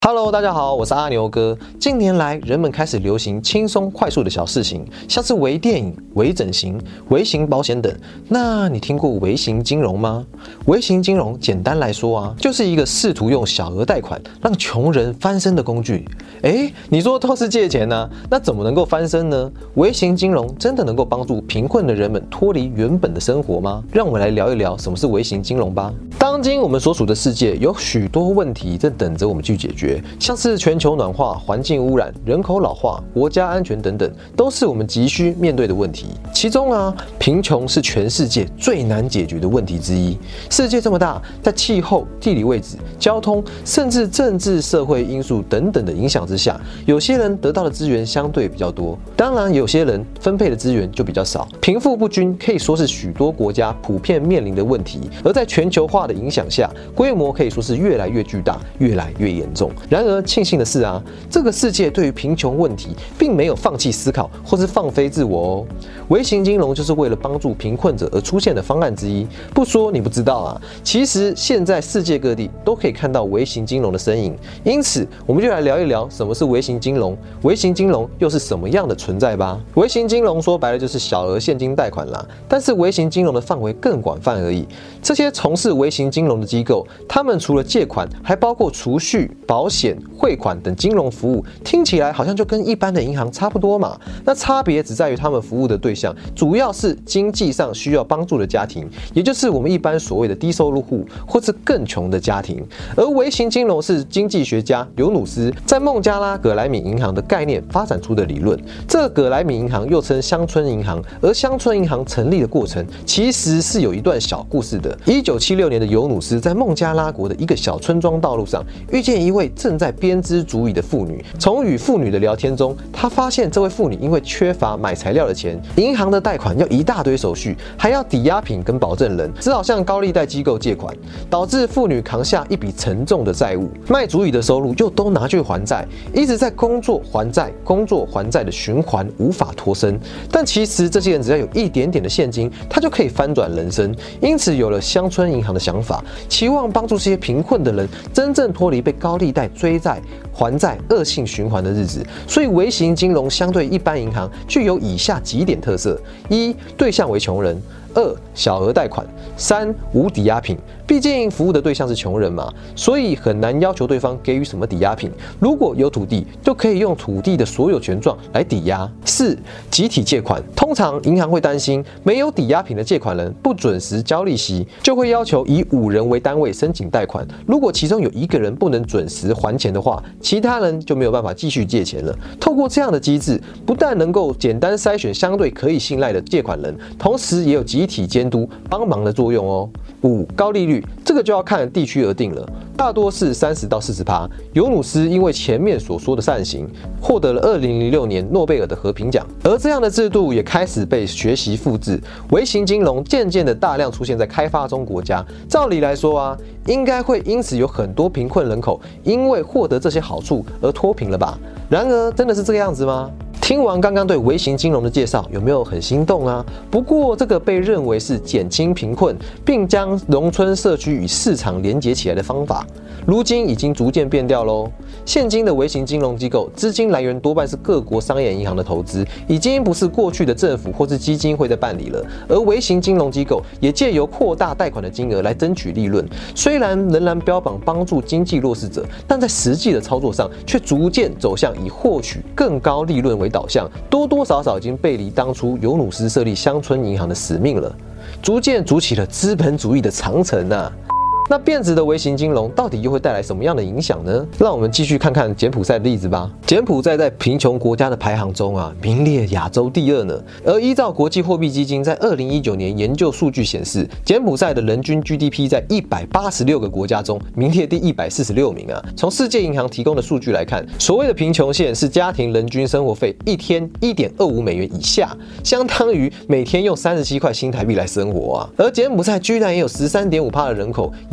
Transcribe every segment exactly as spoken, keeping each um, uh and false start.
Hello， 大家好，我是阿牛哥。近年来，人们开始流行轻松快速的小事情，像是微电影、微整形、微型保险等。那你听过微型金融吗？微型金融简单来说啊，就是一个试图用小额贷款让穷人翻身的工具。诶，你说都是借钱啊，那怎么能够翻身呢？微型金融真的能够帮助贫困的人们脱离原本的生活吗？让我们来聊一聊什么是微型金融吧。当今我们所处的世界有许多问题正等着我们去解决。像是全球暖化、环境污染、人口老化、国家安全等等，都是我们急需面对的问题。其中啊，贫穷是全世界最难解决的问题之一。世界这么大，在气候、地理位置、交通，甚至政治、社会因素等等的影响之下，有些人得到的资源相对比较多，当然有些人分配的资源就比较少。贫富不均可以说是许多国家普遍面临的问题，而在全球化的影响下，规模可以说是越来越巨大，越来越严重。然而庆幸的是啊，这个世界对于贫穷问题并没有放弃思考或是放飞自我哦。微型金融就是为了帮助贫困者而出现的方案之一。不说你不知道啊，其实现在世界各地都可以看到微型金融的身影。因此，我们就来聊一聊什么是微型金融，微型金融又是什么样的存在吧。微型金融说白了就是小额现金贷款啦，但是微型金融的范围更广泛而已。这些从事微型金融的机构，他们除了借款，还包括储蓄、保险、汇款等金融服务，听起来好像就跟一般的银行差不多嘛。那差别只在于他们服务的对象主要是经济上需要帮助的家庭，也就是我们一般所谓的低收入户或是更穷的家庭。而微型金融是经济学家尤努斯在孟加拉葛莱米银行的概念发展出的理论。这个葛莱米银行又称乡村银行，而乡村银行成立的过程其实是有一段小故事的。一九七六年的尤努斯在孟加拉国的一个小村庄道路上遇见一位正在编织竹椅的妇女，从与妇女的聊天中，他发现这位妇女因为缺乏买材料的钱，银行的贷款要一大堆手续，还要抵押品跟保证人，只好向高利贷机构借款，导致妇女扛下一笔沉重的债务，卖竹椅的收入又都拿去还债，一直在工作还债、工作还债的循环无法脱身。但其实这些人只要有一点点的现金，他就可以翻转人生，因此有了乡村银行的想法，期望帮助这些贫困的人真正脱离被高利贷追债、还债恶性循环的日子。所以微型金融相对一般银行具有以下几点特色：一、对象为穷人；二、小额贷款；三、无抵押品。毕竟服务的对象是穷人嘛，所以很难要求对方给予什么抵押品。如果有土地，就可以用土地的所有权状来抵押。四、集体借款。通常银行会担心没有抵押品的借款人不准时交利息，就会要求以五人为单位申请贷款。如果其中有一个人不能准时还钱的话，其他人就没有办法继续借钱了。透过这样的机制，不但能够简单筛选相对可以信赖的借款人，同时也有集体监督帮忙的作用哦。五、高利率，这个就要看地区而定了，大多是 百分之三十到百分之四十。尤努斯因为前面所说的善行，获得了二零零六年诺贝尔的和平奖，而这样的制度也开始被学习复制。微型金融渐渐的大量出现在开发中国家，照理来说啊，应该会因此有很多贫困人口因为获得这些好处而脱贫了吧？然而，真的是这个样子吗？听完刚刚对微型金融的介绍，有没有很心动啊？不过这个被认为是减轻贫困，并将农村社区与市场连结起来的方法，如今已经逐渐变调喽。现今的微型金融机构资金来源多半是各国商业银行的投资，已经不是过去的政府或是基金会在办理了。而微型金融机构也借由扩大贷款的金额来争取利润，虽然仍然标榜帮助经济弱势者，但在实际的操作上却逐渐走向以获取更高利润为导向，多多少少已经背离当初尤努斯设立乡村银行的使命了，逐渐筑起了资本主义的长城啊。那变质的微型金融到底又会带来什么样的影响呢？让我们继续看看柬埔寨的例子吧。柬埔寨在贫穷国家的排行中啊，名列亚洲第二呢。而依照国际货币基金在二零一九年研究数据显示，柬埔寨的人均 G D P 在一百八十六个国家中名列第一百四十六名啊。从世界银行提供的数据来看，所谓的贫穷线是家庭人均生活费一天 一点二五美元以下，相当于每天用三十七块新台币来生活啊。而柬埔寨居然也有 百分之十三点五 的人口，也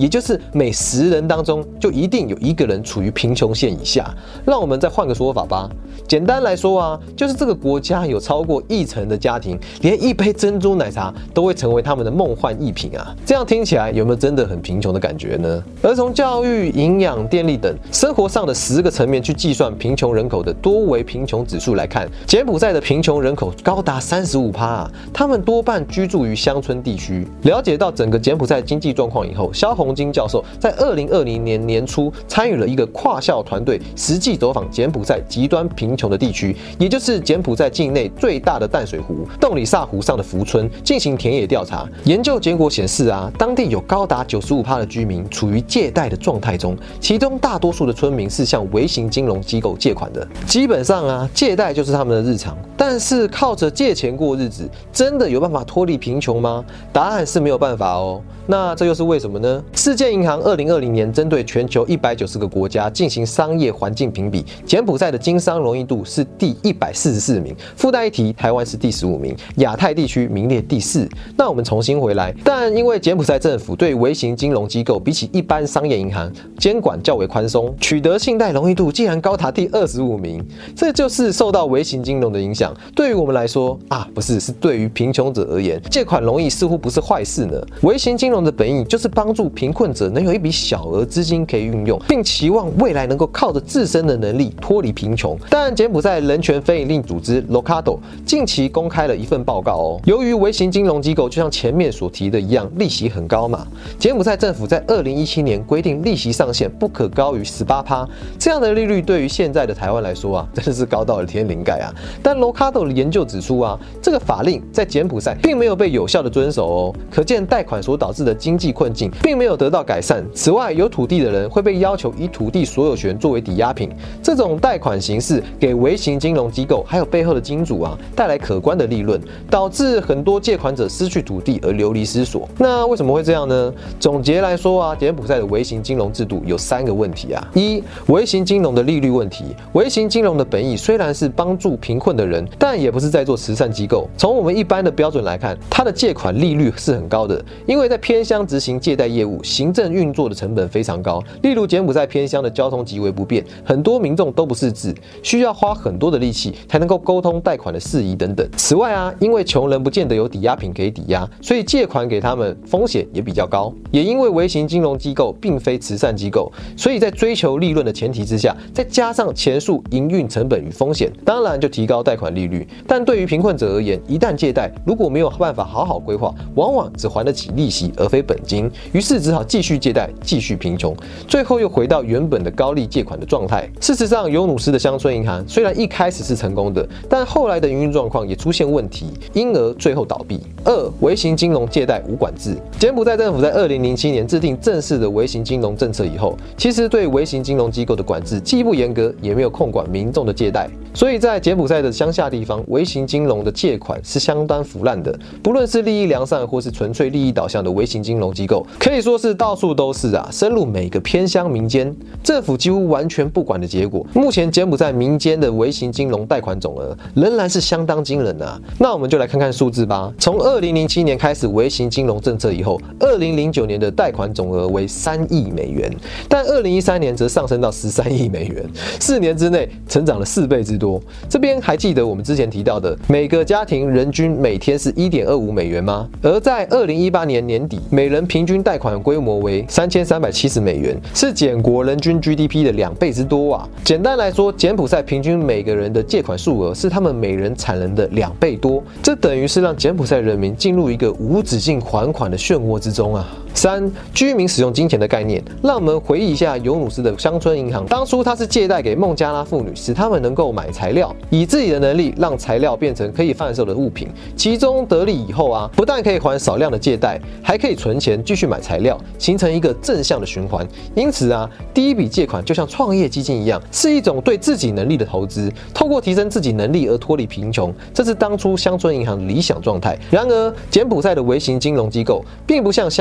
也就是每十人当中就一定有一个人处于贫穷线以下。让我们再换个说法吧，简单来说啊，就是这个国家有超过一成的家庭，连一杯珍珠奶茶都会成为他们的梦幻一品啊！这样听起来有没有真的很贫穷的感觉呢？而从教育、营养、电力等生活上的十个层面去计算贫穷人口的多为贫穷指数来看，柬埔寨的贫穷人口高达 百分之三十五 啊，他们多半居住于乡村地区。了解到整个柬埔寨经济状况以后，萧宏金教授在二零二零年年初参与了一个跨校团队实际走访柬埔寨极端贫穷的地区，也就是柬埔寨境内最大的淡水湖洞里萨湖上的福村进行田野调查。研究结果显示啊，当地有高达 百分之九十五 的居民处于借贷的状态中，其中大多数的村民是向微型金融机构借款的。基本上啊，借贷就是他们的日常。但是靠着借钱过日子，真的有办法脱离贫穷吗？答案是没有办法哦。那这又是为什么呢？世界银行二零二零年针对全球一百九十个国家进行商业环境评比，柬埔寨的经商容易度是第一百四十四名，附带一提，台湾是第十五名，亚太地区名列第四。那我们重新回来，但因为柬埔寨政府对微型金融机构比起一般商业银行监管较为宽松，取得信贷容易度竟然高达第二十五名，这就是受到微型金融的影响。对于我们来说啊，不是，是对于贫穷者而言，借款容易似乎不是坏事呢。微型金融的本意就是帮助贫困者能有一笔小额资金可以运用，并期望未来能够靠着自身的能力脱离贫穷。但柬埔寨人权非营利组织 Locado 近期公开了一份报告哦，由于微型金融机构就像前面所提的一样，利息很高嘛，柬埔寨政府在二零一七年规定利息上限不可高于 百分之十八， 这样的利率对于现在的台湾来说啊，真的是高到了天灵盖啊。但 Locado 的研究指出啊，这个法令在柬埔寨并没有被有效的遵守哦，可见贷款所导致的经济困境并没有得到改善。此外，有土地的人会被要求以土地所有权作为抵押品，这种贷款形式给微型金融机构还有背后的金主啊带来可观的利润，导致很多借款者失去土地而流离失所。那为什么会这样呢？总结来说啊，柬埔寨的微型金融制度有三个问题啊：一、微型金融的利率问题。微型金融的本意虽然是帮助贫困的人，但也不是在做慈善机构。从我们一般的标准来看，它的借款利率是很高的，因为在偏乡执行借贷业务，行政运作的成本非常高。例如柬埔寨偏乡的交通极为不便，很多民众都不识字，需要花很多的力气才能够沟通贷款的事宜等等。此外啊，因为穷人不见得有抵押品可以抵押，所以借款给他们风险也比较高。也因为微型金融机构并非慈善机构，所以在追求利润的前提之下，再加上前述营运成本与风险，当然就提高贷款利率。但对于贫困者而言，一旦借贷如果没有办法好好规划，往往只还得起利息而非本金，于是只好继续借贷，继续贫穷，最后又回到原本的高利借款的状态。事实上，尤努斯的乡村银行虽然一开始是成功的，但后来的营运状况也出现问题，因而最后倒闭。二、微型金融借贷无管制。柬埔寨政府在二零零七年制定正式的微型金融政策以后，其实对微型金融机构的管制既不严格，也没有控管民众的借贷，所以在柬埔寨的乡下地方，微型金融的借款是相当腐烂的。不论是利益良善或是纯粹利益导向的微型金融机构，可以说是到处都是啊，深入每个偏乡民间，政府几乎完全不管的结果。目前柬埔寨民间的微型金融贷款总额仍然是相当惊人啊。那我们就来看看数字吧。从二零零七年开始微型金融政策以后，二零零九年的贷款总额为三亿美元，但二零一三年则上升到十三亿美元，四年之内成长了四倍之多。这边还记得我们之前提到的每个家庭人均每天是 一点二五美元吗？而在二零一八年年底，每人平均贷款规模为三千三百七十美元，是柬国人均 G D P 的两倍之多啊！简单来说，柬埔寨平均每个人的借款数额是他们每人产能的两倍多，这等于是让柬埔寨人民进入一个无止境还款的漩涡之中啊！三、居民使用金钱的概念，让我们回忆一下尤努斯的乡村银行，当初他是借贷给孟加拉妇女，使他们能够买材料，以自己的能力让材料变成可以贩售的物品，其中得利以后啊，不但可以还少量的借贷，还可以存钱继续买材料，形成一个正向的循环。因此啊，第一笔借款就像创业基金一样，是一种对自己能力的投资，透过提升自己能力而脱离贫穷，这是当初乡村银行的理想状态。然而，柬埔寨的微型金融机构并不像乡村银行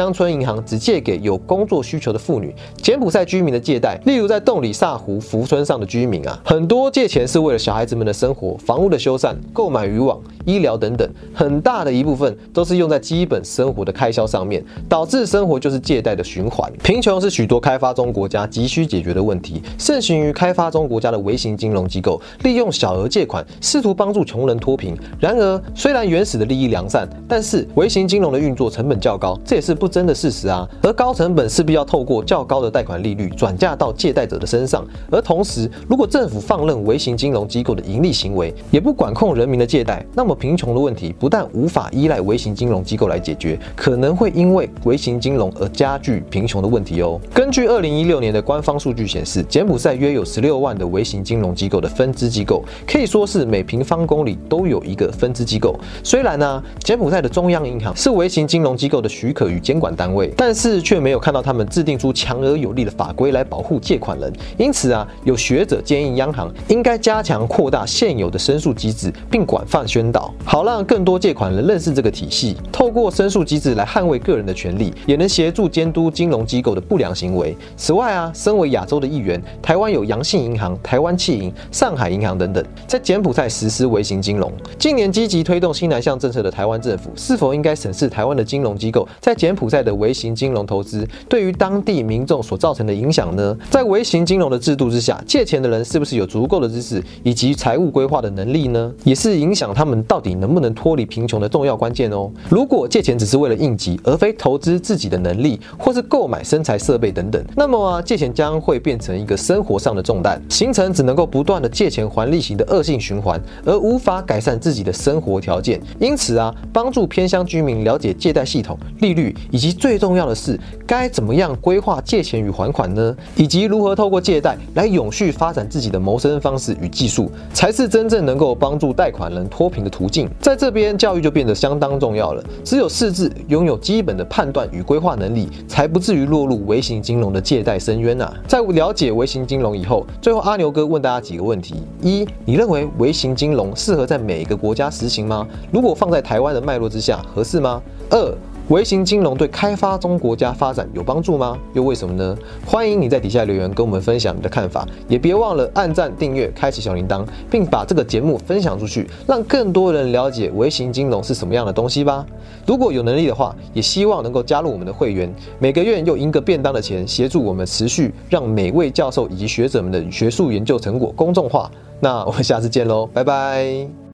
行只借给有工作需求的妇女。柬埔寨居民的借贷，例如在洞里萨湖福村上的居民啊，很多借钱是为了小孩子们的生活、房屋的修缮、购买渔网、医疗等等，很大的一部分都是用在基本生活的开销上面，导致生活就是借贷的循环。贫穷是许多开发中国家急需解决的问题，盛行于开发中国家的微型金融机构，利用小额借款试图帮助穷人脱贫。然而，虽然原始的利益良善，但是微型金融的运作成本较高，这也是不争的事实啊。而高成本势必要透过较高的贷款利率转嫁到借贷者的身上，而同时，如果政府放任微型金融机构的盈利行为，也不管控人民的借贷，那么贫穷的问题不但无法依赖微型金融机构来解决，可能会因为微型金融而加剧贫穷的问题哦。根据二零一六年的官方数据显示，柬埔寨约有十六万的微型金融机构的分支机构，可以说是每平方公里都有一个分支机构。虽然呢、啊，柬埔寨的中央银行是微型金融机构的许可与监管单位，但是却没有看到他们制定出强而有力的法规来保护借款人。因此啊，有学者建议央行应该加强扩大现有的申诉机制，并广泛宣导，好让更多借款人认识这个体系，透过申诉机制来捍卫个人的权利，也能协助监督金融机构的不良行为。此外啊，身为亚洲的一员，台湾有阳信银行、台湾企银、上海银行等等，在柬埔寨实施微型金融。近年积极推动新南向政策的台湾政府，是否应该审视台湾的金融机构在柬埔寨的微型金融投资对于当地民众所造成的影响呢？在微型金融的制度之下，借钱的人是不是有足够的知识以及财务规划的能力呢？也是影响他们到底能不能脱离贫穷的重要关键哦。如果借钱只是为了应急，而非投资自己的能力或是购买生财设备等等，那么啊，借钱将会变成一个生活上的重担，形成只能够不断的借钱还利息的恶性循环，而无法改善自己的生活条件。因此啊，帮助偏乡居民了解借贷系统、利率，以及最重要的是该怎么样规划借钱与还款呢？以及如何透过借贷来永续发展自己的谋生方式与技术，才是真正能够帮助贷款人脱贫的途径。在这边，教育就变得相当重要了。只有识字，拥有基本的判断与规划能力，才不至于落入微型金融的借贷深渊啊。在了解微型金融以后，最后阿牛哥问大家几个问题：一，你认为微型金融适合在每个国家实行吗？如果放在台湾的脉络之下，合适吗？二，微型金融对开发中国家发展有帮助吗？又为什么呢？欢迎你在底下留言跟我们分享你的看法，也别忘了按赞、订阅、开启小铃铛，并把这个节目分享出去，让更多人了解微型金融是什么样的东西吧。如果有能力的话，也希望能够加入我们的会员，每个月用一个便当的钱协助我们持续让每位教授以及学者们的学术研究成果公众化。那我们下次见喽，拜拜。